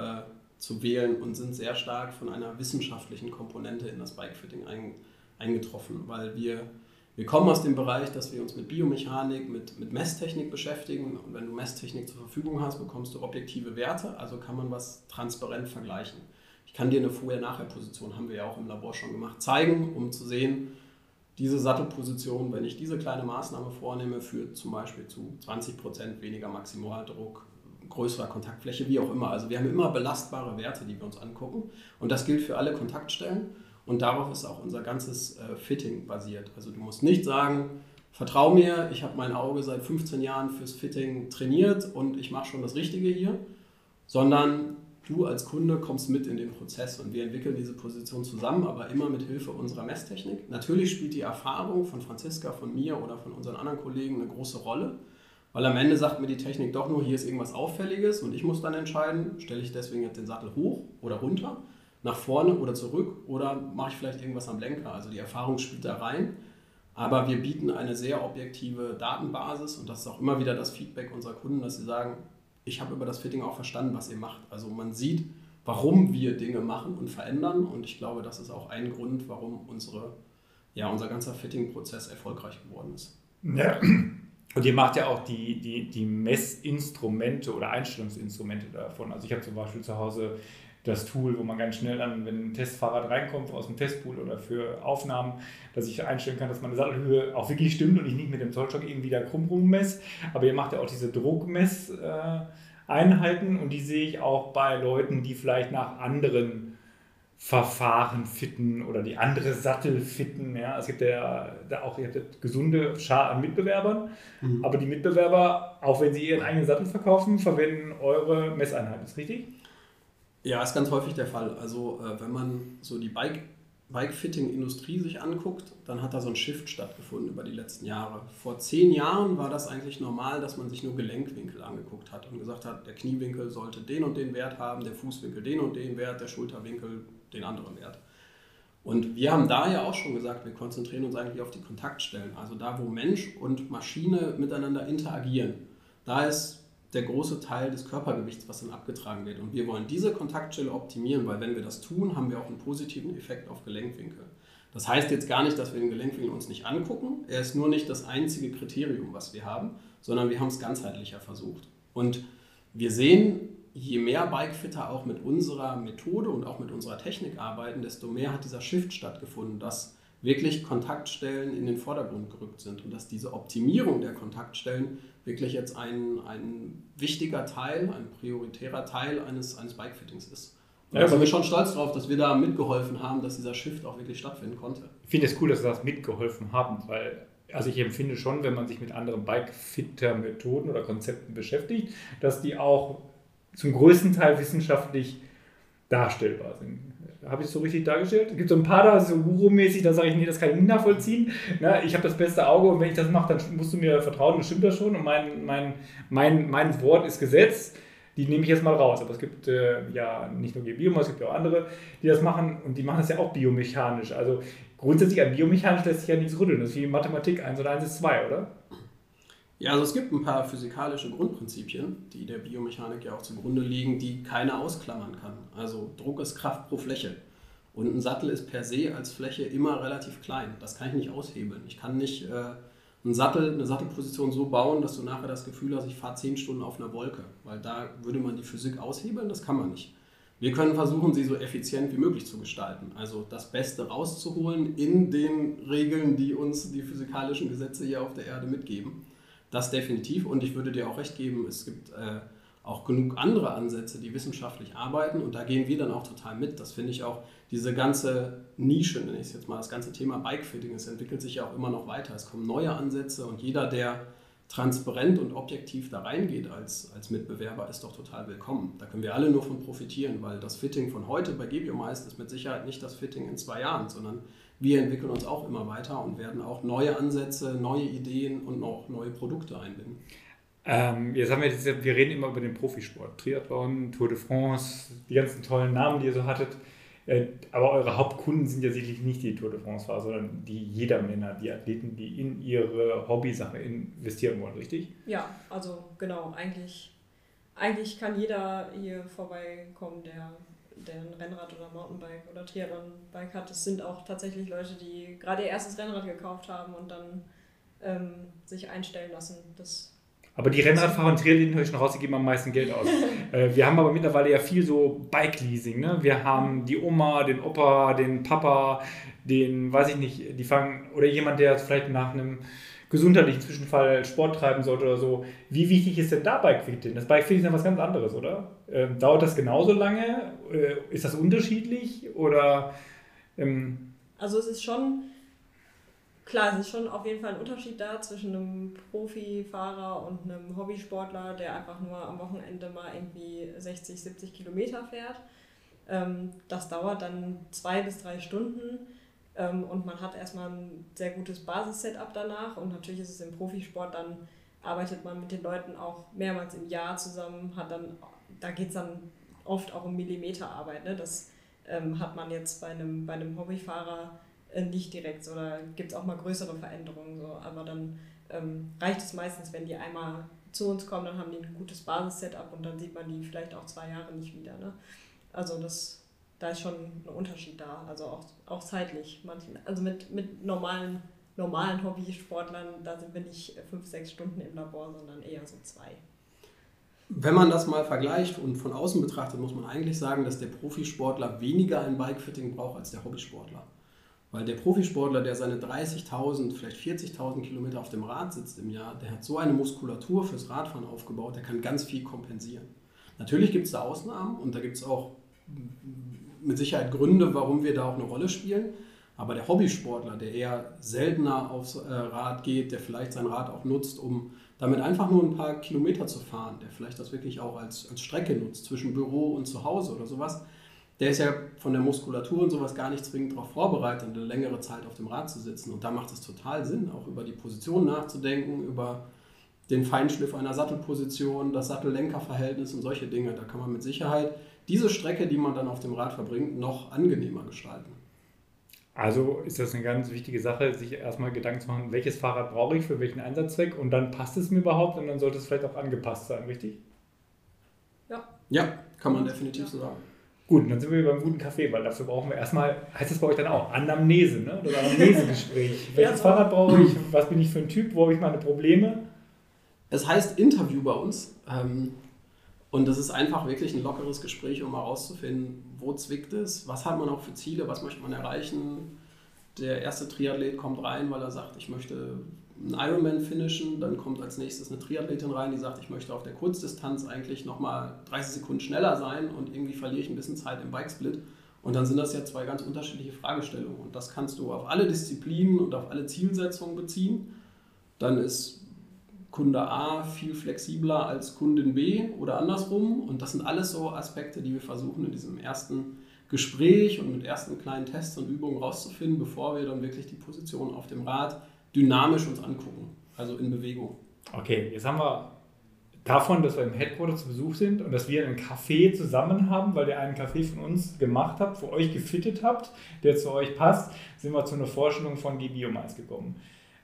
Speaker 3: zu wählen und sind sehr stark von einer wissenschaftlichen Komponente in das Bikefitting eingetroffen, weil wir kommen aus dem Bereich, dass wir uns mit Biomechanik, mit Messtechnik beschäftigen und wenn du Messtechnik zur Verfügung hast, bekommst du objektive Werte, also kann man was transparent vergleichen. Ich kann dir eine Vorher-Nachher-Position, haben wir ja auch im Labor schon gemacht, zeigen, um zu sehen, diese Sattelposition, wenn ich diese kleine Maßnahme vornehme, führt zum Beispiel zu 20% weniger Maximaldruck, größerer Kontaktfläche, wie auch immer. Also wir haben immer belastbare Werte, die wir uns angucken und das gilt für alle Kontaktstellen und darauf ist auch unser ganzes Fitting basiert. Also du musst nicht sagen, vertrau mir, ich habe mein Auge seit 15 Jahren fürs Fitting trainiert und ich mache schon das Richtige hier, sondern du als Kunde kommst mit in den Prozess und wir entwickeln diese Position zusammen, aber immer mit Hilfe unserer Messtechnik. Natürlich spielt die Erfahrung von Franziska, von mir oder von unseren anderen Kollegen eine große Rolle, weil am Ende sagt mir die Technik doch nur, hier ist irgendwas Auffälliges und ich muss dann entscheiden, stelle ich deswegen jetzt den Sattel hoch oder runter, nach vorne oder zurück oder mache ich vielleicht irgendwas am Lenker. Also die Erfahrung spielt da rein, aber wir bieten eine sehr objektive Datenbasis und das ist auch immer wieder das Feedback unserer Kunden, dass sie sagen, ich habe über das Fitting auch verstanden, was ihr macht. Also man sieht, warum wir Dinge machen und verändern und ich glaube, das ist auch ein Grund, warum unser ganzer Fitting-Prozess erfolgreich geworden ist.
Speaker 4: Ja, und ihr macht ja auch die Messinstrumente oder Einstellungsinstrumente davon. Also ich habe zum Beispiel zu Hause das Tool, wo man ganz schnell dann, wenn ein Testfahrrad reinkommt aus dem Testpool oder für Aufnahmen, dass ich einstellen kann, dass meine Sattelhöhe auch wirklich stimmt und ich nicht mit dem Zollstock irgendwie da krumm rummesse. Aber ihr macht ja auch diese Druckmesseinheiten und die sehe ich auch bei Leuten, die vielleicht nach anderen Verfahren fitten oder die andere Sattel fitten. Ja. Es gibt ja da auch, ihr habt gesunde Schar an Mitbewerbern, aber die Mitbewerber, auch wenn sie ihren eigenen Sattel verkaufen, verwenden eure Messeinheiten. Ist richtig?
Speaker 3: Ja, ist ganz häufig der Fall. Also wenn man so die Bike-Fitting-Industrie sich anguckt, dann hat da so ein Shift stattgefunden über die letzten Jahre. Vor 10 Jahren war das eigentlich normal, dass man sich nur Gelenkwinkel angeguckt hat und gesagt hat, der Kniewinkel sollte den und den Wert haben, der Fußwinkel den und den Wert, der Schulterwinkel den anderen Wert. Und wir haben da ja auch schon gesagt, wir konzentrieren uns eigentlich auf die Kontaktstellen, also da, wo Mensch und Maschine miteinander interagieren. Da ist der große Teil des Körpergewichts, was dann abgetragen wird. Und wir wollen diese Kontaktstelle optimieren, weil wenn wir das tun, haben wir auch einen positiven Effekt auf Gelenkwinkel. Das heißt jetzt gar nicht, dass wir den Gelenkwinkel uns nicht angucken. Er ist nur nicht das einzige Kriterium, was wir haben, sondern wir haben es ganzheitlicher versucht. Und wir sehen, je mehr Bikefitter auch mit unserer Methode und auch mit unserer Technik arbeiten, desto mehr hat dieser Shift stattgefunden, dass wirklich Kontaktstellen in den Vordergrund gerückt sind und dass diese Optimierung der Kontaktstellen wirklich jetzt ein wichtiger Teil, ein prioritärer Teil eines Bikefittings ist. Und da sind wir schon stolz drauf, dass wir da mitgeholfen haben, dass dieser Shift auch wirklich stattfinden konnte.
Speaker 4: Ich finde es cool, dass wir das mitgeholfen haben, weil also ich empfinde schon, wenn man sich mit anderen Bikefitter-Methoden oder Konzepten beschäftigt, dass die auch zum größten Teil wissenschaftlich darstellbar sind. Habe ich es so richtig dargestellt? Es gibt so ein paar da, so Guru-mäßig, da sage ich, nee, das kann ich nicht nachvollziehen. Na, ich habe das beste Auge und wenn ich das mache, dann musst du mir vertrauen, das stimmt das schon und mein Wort ist Gesetz. Die nehme ich jetzt mal raus. Aber es gibt ja nicht nur Biomos, es gibt ja auch andere, die das machen und die machen das ja auch biomechanisch. Also grundsätzlich an biomechanisch lässt sich ja nichts rütteln. Das ist wie Mathematik, 1 und 1 ist 2, oder?
Speaker 3: Ja, also es gibt ein paar physikalische Grundprinzipien, die der Biomechanik ja auch zugrunde liegen, die keiner ausklammern kann. Also Druck ist Kraft pro Fläche. Und ein Sattel ist per se als Fläche immer relativ klein. Das kann ich nicht aushebeln. Ich kann nicht eine Sattelposition so bauen, dass du nachher das Gefühl hast, ich fahre 10 Stunden auf einer Wolke. Weil da würde man die Physik aushebeln, das kann man nicht. Wir können versuchen, sie so effizient wie möglich zu gestalten. Also das Beste rauszuholen in den Regeln, die uns die physikalischen Gesetze hier auf der Erde mitgeben. Das definitiv. Und ich würde dir auch recht geben, es gibt auch genug andere Ansätze, die wissenschaftlich arbeiten. Und da gehen wir dann auch total mit. Das finde ich auch, diese ganze Nische, nenne ich es jetzt mal, das ganze Thema Bikefitting, es entwickelt sich ja auch immer noch weiter. Es kommen neue Ansätze und jeder, der transparent und objektiv da reingeht als Mitbewerber, ist doch total willkommen. Da können wir alle nur von profitieren, weil das Fitting von heute bei Gebiomeister ist mit Sicherheit nicht das Fitting in 2 Jahren, sondern wir entwickeln uns auch immer weiter und werden auch neue Ansätze, neue Ideen und auch neue Produkte einbinden.
Speaker 4: Jetzt haben wir reden immer über den Profisport, Triathlon, Tour de France, die ganzen tollen Namen, die ihr so hattet. Aber eure Hauptkunden sind ja sicherlich nicht die Tour de France-Fahrer, sondern die Jedermänner, die Athleten, die in ihre Hobbysache investieren wollen, richtig?
Speaker 2: Ja, also genau, eigentlich kann jeder hier vorbeikommen, der ein Rennrad oder Mountainbike oder Triathlon-Bike hat. Es sind auch tatsächlich Leute, die gerade ihr erstes Rennrad gekauft haben und dann sich einstellen lassen.
Speaker 4: Aber die Rennradfahrer und Triathleten, höre ich schon raus, die geben am meisten Geld aus. Wir haben aber mittlerweile ja viel so Bike-Leasing. Ne? Wir haben die Oma, den Opa, den Papa, den, weiß ich nicht, die fangen, oder jemand, der vielleicht nach einem gesundheitlichen Zwischenfall Sport treiben sollte oder so. Wie wichtig ist denn da Bikefitting? Das Bikefitting ist ja was ganz anderes, oder? Dauert das genauso lange? Ist das unterschiedlich? Oder,
Speaker 2: Also es ist schon, klar, es ist schon auf jeden Fall ein Unterschied da zwischen einem Profifahrer und einem Hobbysportler, der einfach nur am Wochenende mal irgendwie 60, 70 Kilometer fährt. Das dauert dann 2 bis 3 Stunden. Und man hat erstmal ein sehr gutes Basis-Setup danach und natürlich ist es im Profisport, dann arbeitet man mit den Leuten auch mehrmals im Jahr zusammen, da geht es dann oft auch um Millimeterarbeit, ne? Das hat man jetzt bei einem Hobbyfahrer nicht direkt so, da gibt es auch mal größere Veränderungen, so. Aber dann reicht es meistens, wenn die einmal zu uns kommen, dann haben die ein gutes Basis-Setup und dann sieht man die vielleicht auch 2 Jahre nicht wieder, ne? Also da ist schon ein Unterschied da, also auch zeitlich. Also mit normalen Hobbysportlern, da sind wir nicht 5, 6 Stunden im Labor, sondern eher so 2.
Speaker 3: Wenn man das mal vergleicht und von außen betrachtet, muss man eigentlich sagen, dass der Profisportler weniger ein Bikefitting braucht als der Hobbysportler. Weil der Profisportler, der seine 30.000, vielleicht 40.000 Kilometer auf dem Rad sitzt im Jahr, der hat so eine Muskulatur fürs Radfahren aufgebaut, der kann ganz viel kompensieren. Natürlich gibt es da Ausnahmen und da gibt es auch mit Sicherheit Gründe, warum wir da auch eine Rolle spielen. Aber der Hobbysportler, der eher seltener aufs Rad geht, der vielleicht sein Rad auch nutzt, um damit einfach nur ein paar Kilometer zu fahren, der vielleicht das wirklich auch als Strecke nutzt, zwischen Büro und zu Hause oder sowas, der ist ja von der Muskulatur und sowas gar nicht zwingend darauf vorbereitet, eine längere Zeit auf dem Rad zu sitzen. Und da macht es total Sinn, auch über die Position nachzudenken, über den Feinschliff einer Sattelposition, das Sattel-Lenker-Verhältnis und solche Dinge. Da kann man mit Sicherheit diese Strecke, die man dann auf dem Rad verbringt, noch angenehmer gestalten.
Speaker 4: Also ist das eine ganz wichtige Sache, sich erstmal Gedanken zu machen, welches Fahrrad brauche ich für welchen Einsatzzweck und dann passt es mir überhaupt und dann sollte es vielleicht auch angepasst sein, richtig?
Speaker 3: Ja, kann man definitiv so sagen.
Speaker 4: Gut, dann sind wir beim guten Kaffee, weil dafür brauchen wir erstmal, heißt das bei euch dann auch, Anamnese, ne? Das Anamnesegespräch. Welches Fahrrad brauche ich, was bin ich für ein Typ, wo habe ich meine Probleme?
Speaker 3: Es heißt Interview bei uns. Und das ist einfach wirklich ein lockeres Gespräch, um herauszufinden, wo zwickt es, was hat man auch für Ziele, was möchte man erreichen. Der erste Triathlet kommt rein, weil er sagt, ich möchte einen Ironman finishen. Dann kommt als nächstes eine Triathletin rein, die sagt, ich möchte auf der Kurzdistanz eigentlich nochmal 30 Sekunden schneller sein und irgendwie verliere ich ein bisschen Zeit im Bikesplit. Und dann sind das ja 2 ganz unterschiedliche Fragestellungen. Und das kannst du auf alle Disziplinen und auf alle Zielsetzungen beziehen. Dann ist Kunde A viel flexibler als Kundin B oder andersrum. Und das sind alles so Aspekte, die wir versuchen in diesem ersten Gespräch und mit ersten kleinen Tests und Übungen rauszufinden, bevor wir dann wirklich die Position auf dem Rad dynamisch uns angucken, also in Bewegung.
Speaker 4: Okay, jetzt haben wir davon, dass wir im Headquarter zu Besuch sind und dass wir einen Kaffee zusammen haben, weil ihr einen Kaffee von uns gemacht habt, für euch gefittet habt, der zu euch passt, sind wir zu einer Vorstellung von Gebiomeister gekommen.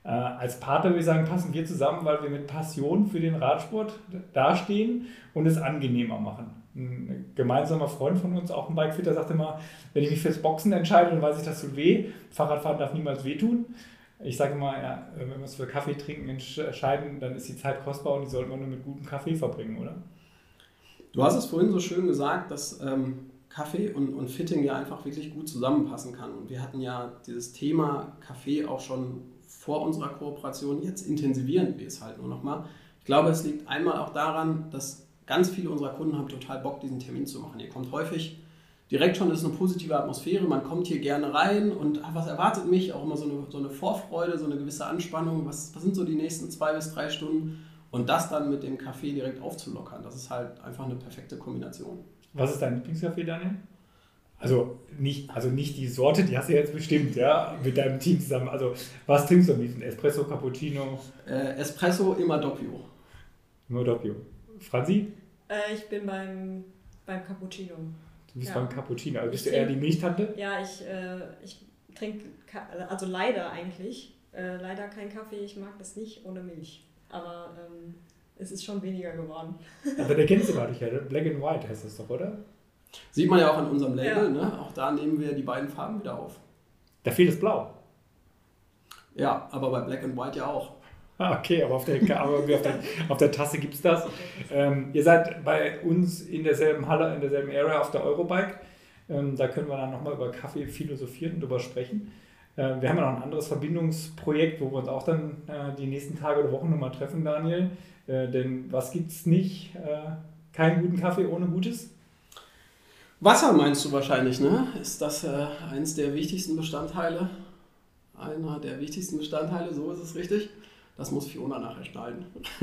Speaker 4: Als Partner würde ich sagen, passen wir zusammen, weil wir mit Passion für den Radsport dastehen und es angenehmer machen. Ein gemeinsamer Freund von uns, auch ein Bikefitter, sagte immer, wenn ich mich fürs Boxen entscheide, dann weiß ich, das tut weh. Fahrradfahren darf niemals wehtun. Ich sage immer, ja, wenn wir uns für Kaffee trinken entscheiden, dann ist die Zeit kostbar und die sollte man nur mit gutem Kaffee verbringen, oder?
Speaker 3: Du hast es vorhin so schön gesagt, dass Kaffee und Fitting ja einfach wirklich gut zusammenpassen kann. Und wir hatten ja dieses Thema Kaffee auch schon vor unserer Kooperation. Jetzt intensivieren wir es halt nur noch mal. Ich glaube, es liegt einmal auch daran, dass ganz viele unserer Kunden haben total Bock, diesen Termin zu machen. Ihr kommt häufig direkt schon, ist eine positive Atmosphäre, man kommt hier gerne rein und was erwartet mich? Auch immer so eine Vorfreude, so eine gewisse Anspannung. Was sind so die nächsten 2 bis 3 Stunden? Und das dann mit dem Kaffee direkt aufzulockern, das ist halt einfach eine perfekte Kombination.
Speaker 4: Was ist dein Lieblingskaffee, Daniel? Also nicht die Sorte, die hast du jetzt bestimmt, ja, mit deinem Team zusammen. Also was trinkst du am liebsten? Espresso, Cappuccino?
Speaker 3: Espresso, immer Doppio.
Speaker 4: Nur Doppio. Franzi?
Speaker 2: Ich bin beim Cappuccino.
Speaker 4: Du bist beim Cappuccino, also bist du eher die Milchtante?
Speaker 2: Ja, ich trinke, also leider eigentlich, leider kein Kaffee, ich mag das nicht ohne Milch. Aber es ist schon weniger geworden.
Speaker 4: Aber der kennst du gar nicht, ja, Black and White heißt das doch, oder?
Speaker 3: Sieht man ja auch an unserem Label, ne? Auch da nehmen wir die beiden Farben wieder auf.
Speaker 4: Da fehlt das Blau.
Speaker 3: Ja, aber bei Black and White ja auch.
Speaker 4: Okay, aber auf der Tasse gibt es das. Ihr seid bei uns in derselben Halle, in derselben Area auf der Eurobike. Da können wir dann nochmal über Kaffee philosophieren und drüber sprechen. Wir haben ja noch ein anderes Verbindungsprojekt, wo wir uns auch dann die nächsten Tage oder Wochen nochmal treffen, Daniel. Denn was gibt's nicht? Keinen guten Kaffee ohne Gutes?
Speaker 3: Wasser meinst du wahrscheinlich, ne? Ist das eins der wichtigsten Bestandteile? Einer der wichtigsten Bestandteile, so ist es richtig. Das muss Fiona nachher schneiden.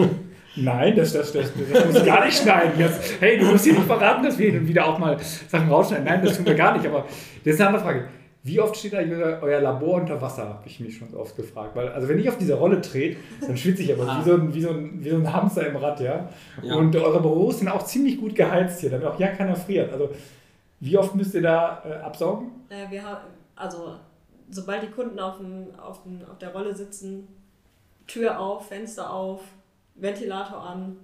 Speaker 4: Nein, das muss ich gar nicht schneiden. Hey, du musst hier nicht verraten, dass wir hin und wieder auch mal Sachen rausschneiden. Nein, das tun wir gar nicht. Aber das ist eine andere Frage. Wie oft steht eigentlich euer Labor unter Wasser, habe ich mich schon so oft gefragt. Weil, also wenn ich auf diese Rolle trete, dann schwitze ich aber wie so ein Hamster im Rad, ja. Und eure Büros sind auch ziemlich gut geheizt hier, damit auch ja keiner friert. Also wie oft müsst ihr da absaugen?
Speaker 2: Wir haben, also sobald die Kunden auf der Rolle sitzen, Tür auf, Fenster auf, Ventilator an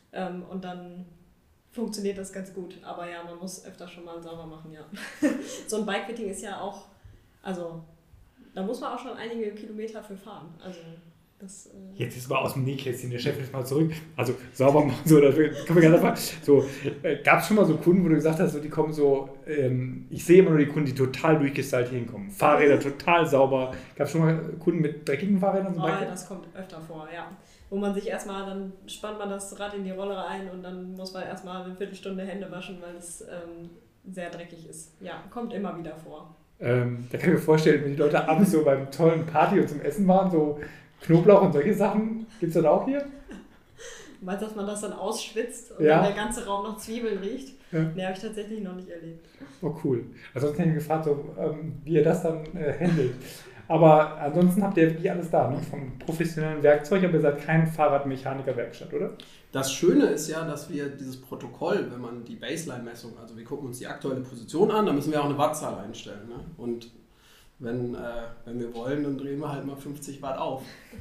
Speaker 2: und dann funktioniert das ganz gut. Aber ja, man muss öfter schon mal sauber machen, ja. So ein Bikefitting ist ja auch, also da muss man auch schon einige Kilometer für fahren. Also das,
Speaker 4: jetzt ist mal aus dem Nähkästchen, der Chef ist mal zurück. Also sauber machen, so, das kann man ganz einfach. So, gab es schon mal so Kunden, wo du gesagt hast, so, die kommen so, ich sehe immer nur die Kunden, die total durchgestylt hier hinkommen. Fahrräder total sauber. Gab es schon mal Kunden mit dreckigen Fahrrädern?
Speaker 2: Das kommt öfter vor, ja. Wo man sich erstmal, dann spannt man das Rad in die Rolle ein und dann muss man erstmal eine Viertelstunde Hände waschen, weil es sehr dreckig ist. Ja, kommt immer wieder vor.
Speaker 4: Da kann ich mir vorstellen, wenn die Leute abends so beim tollen Party und zum Essen waren, so Knoblauch und solche Sachen, gibt es das auch hier?
Speaker 2: Meinst du, dass man das dann ausschwitzt und dann der ganze Raum nach Zwiebeln riecht? Ja. Nee, habe ich tatsächlich noch nicht erlebt.
Speaker 4: Oh cool. Ansonsten hätte ich gefragt, so, wie ihr das dann handelt. Aber ansonsten habt ihr wirklich alles da, ne? Vom professionellen Werkzeug, aber ihr seid kein Fahrradmechaniker-Werkstatt, oder?
Speaker 3: Das Schöne ist ja, dass wir dieses Protokoll, wenn man die Baseline-Messung, also wir gucken uns die aktuelle Position an, dann müssen wir auch eine Wattzahl einstellen. Ne? Und wenn wir wollen, dann drehen wir halt mal 50 Watt auf.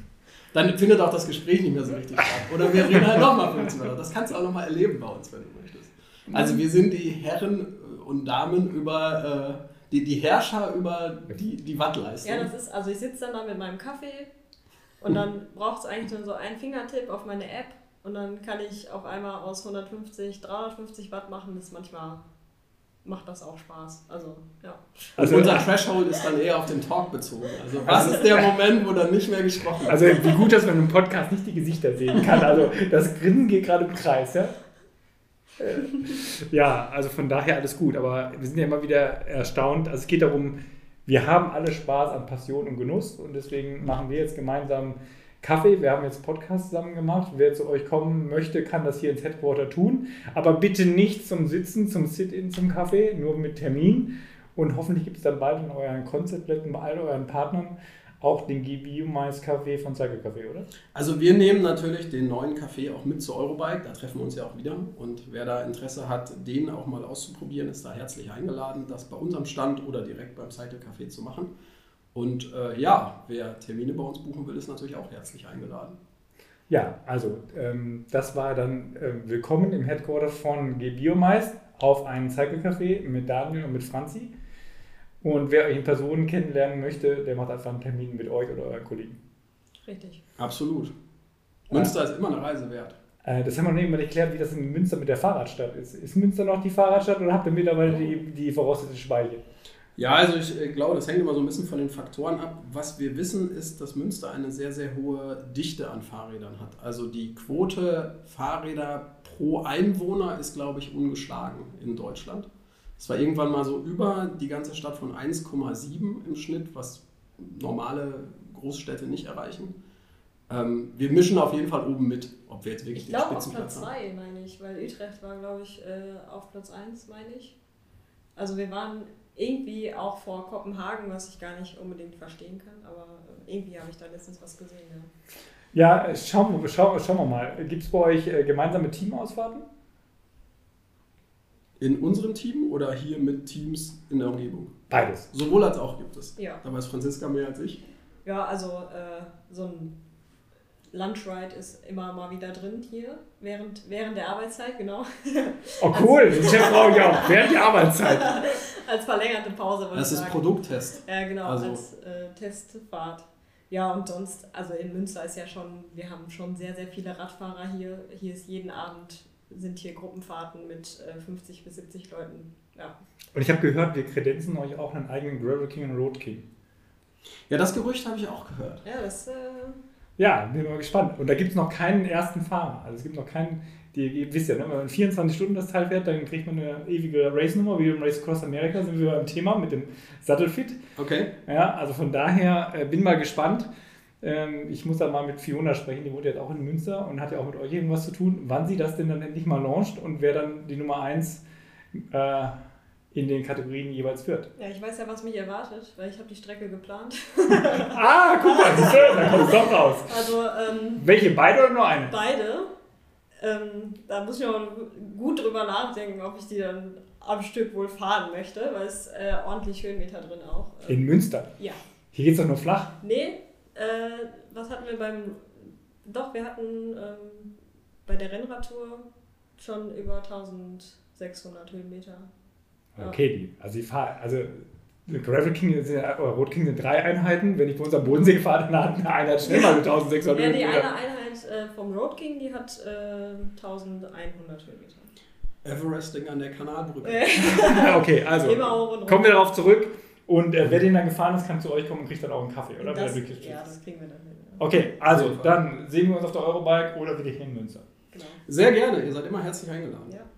Speaker 3: Dann findet auch das Gespräch nicht mehr so richtig statt. Oder wir drehen halt nochmal 50 Watt auf. Das kannst du auch nochmal erleben bei uns, wenn du möchtest. Also wir sind die Herren und Damen über... Die Herrscher über die Wattleistung.
Speaker 2: Ja, das ist, also ich sitze dann da mit meinem Kaffee und dann braucht es eigentlich nur so einen Fingertipp auf meine App und dann kann ich auf einmal aus 150, 350 Watt machen. Manchmal macht das auch Spaß. Also, ja.
Speaker 3: Also unser Threshold ist dann eher auf den Talk bezogen. Also was ist der Moment, wo dann nicht mehr gesprochen wird?
Speaker 4: Also wie gut, dass man im Podcast nicht die Gesichter sehen kann. Also das Grinsen geht gerade im Kreis, ja? Ja, also von daher alles gut, aber wir sind ja immer wieder erstaunt. Also es geht darum, wir haben alle Spaß an Passion und Genuss und deswegen machen wir jetzt gemeinsam Kaffee. Wir haben jetzt Podcast zusammen gemacht. Wer zu euch kommen möchte, kann das hier ins Headquarter tun, aber bitte nicht zum Sitzen, zum Sit-In, zum Kaffee, nur mit Termin und hoffentlich gibt es dann bald in euren Konzeptblättern bei all euren Partnern auch den Bio-Mais-Kaffee von Cycle Café, oder?
Speaker 3: Also wir nehmen natürlich den neuen Kaffee auch mit zur Eurobike, da treffen wir uns ja auch wieder. Und wer da Interesse hat, den auch mal auszuprobieren, ist da herzlich eingeladen, das bei unserem Stand oder direkt beim Cycle Café zu machen. Und ja, wer Termine bei uns buchen will, ist natürlich auch herzlich eingeladen.
Speaker 4: Ja, also das war dann willkommen im Headquarter von G-Biomeist auf einen Cycle-Café mit Daniel und mit Franzi. Und wer euch in Person kennenlernen möchte, der macht einfach einen Termin mit euch oder euren Kollegen.
Speaker 2: Richtig.
Speaker 3: Absolut. Münster ist immer eine Reise wert.
Speaker 4: Das haben wir noch nicht mal erklärt, wie das in Münster mit der Fahrradstadt ist. Ist Münster noch die Fahrradstadt oder habt ihr mittlerweile die verrostete Speiche?
Speaker 3: Ja, also ich glaube, das hängt immer so ein bisschen von den Faktoren ab. Was wir wissen, ist, dass Münster eine sehr, sehr hohe Dichte an Fahrrädern hat. Also die Quote Fahrräder pro Einwohner ist, glaube ich, ungeschlagen in Deutschland. Es war irgendwann mal so über die ganze Stadt von 1,7 im Schnitt, was normale Großstädte nicht erreichen. Wir mischen auf jeden Fall oben mit, ob wir jetzt wirklich den Spitzenplatz haben.
Speaker 2: Ich glaube auf Platz 2, meine ich, weil Utrecht war, glaube ich, auf Platz 1, meine ich. Also wir waren irgendwie auch vor Kopenhagen, was ich gar nicht unbedingt verstehen kann, aber irgendwie habe ich da letztens was gesehen.
Speaker 4: Ja, schauen wir mal. Gibt es bei euch gemeinsame Teamausfahrten?
Speaker 3: In unserem Team oder hier mit Teams in der Umgebung?
Speaker 4: Beides.
Speaker 3: Sowohl als auch gibt es.
Speaker 2: Ja.
Speaker 3: Da weiß Franziska mehr als ich.
Speaker 2: Ja, also so ein Lunchride ist immer mal wieder drin hier, während der Arbeitszeit, genau.
Speaker 4: Oh cool, das brauche ich auch, während der Arbeitszeit.
Speaker 2: Als verlängerte Pause, würde ich sagen.
Speaker 3: Das ist Produkttest.
Speaker 2: Ja, genau,
Speaker 3: also
Speaker 2: als Testfahrt. Ja, und sonst, also in Münster ist ja schon, wir haben schon sehr, sehr viele Radfahrer hier. Hier ist jeden Abend, sind hier Gruppenfahrten mit 50 bis 70 Leuten. Ja.
Speaker 4: Und ich habe gehört, wir kredenzen euch auch einen eigenen Gravel King und Road King.
Speaker 3: Ja, das Gerücht habe ich auch gehört.
Speaker 2: Ja, das...
Speaker 4: Ja, bin mal gespannt. Und da gibt es noch keinen ersten Fahrer. Also es gibt noch keinen, ihr wisst ja, ne, wenn man 24 Stunden das Teil fährt, dann kriegt man eine ewige Race-Nummer, wie im Race Across America sind wir beim Thema mit dem Sattelfit.
Speaker 3: Okay.
Speaker 4: Ja, also von daher bin mal gespannt. Ich muss da mal mit Fiona sprechen, die wohnt jetzt auch in Münster und hat ja auch mit euch irgendwas zu tun, wann sie das denn dann endlich mal launcht und wer dann die Nummer 1 in den Kategorien jeweils wird.
Speaker 2: Ja, ich weiß ja, was mich erwartet, weil ich habe die Strecke geplant.
Speaker 4: Guck mal, da kommt es doch raus.
Speaker 2: Also,
Speaker 4: welche, beide oder nur eine?
Speaker 2: Beide. Da muss ich noch gut drüber nachdenken, ob ich die dann am Stück wohl fahren möchte, weil es ordentlich Höhenmeter drin auch.
Speaker 4: In Münster?
Speaker 2: Ja.
Speaker 4: Hier geht es doch nur flach?
Speaker 2: Nee, was hatten wir wir hatten bei der Rennradtour schon über 1600 Höhenmeter.
Speaker 4: Okay, Gravel King oder Road King sind 3 Einheiten. Wenn ich bei uns am Bodensee fahre, dann hat eine Einheit schnell mal 1600
Speaker 2: ja,
Speaker 4: Höhenmeter.
Speaker 2: Die eine Einheit vom Road King, die hat 1100 Höhenmeter.
Speaker 3: Everesting an der Kanalbrücke.
Speaker 4: Okay, also kommen wir darauf zurück. Und wer den dann gefahren ist, kann zu euch kommen und kriegt dann auch einen Kaffee, oder?
Speaker 2: Das kriegen wir dann hin. Ja.
Speaker 4: Okay, also dann sehen wir uns auf der Eurobike oder wieder hier in Münster.
Speaker 2: Genau.
Speaker 3: Sehr gerne, ihr seid immer herzlich eingeladen.
Speaker 2: Ja.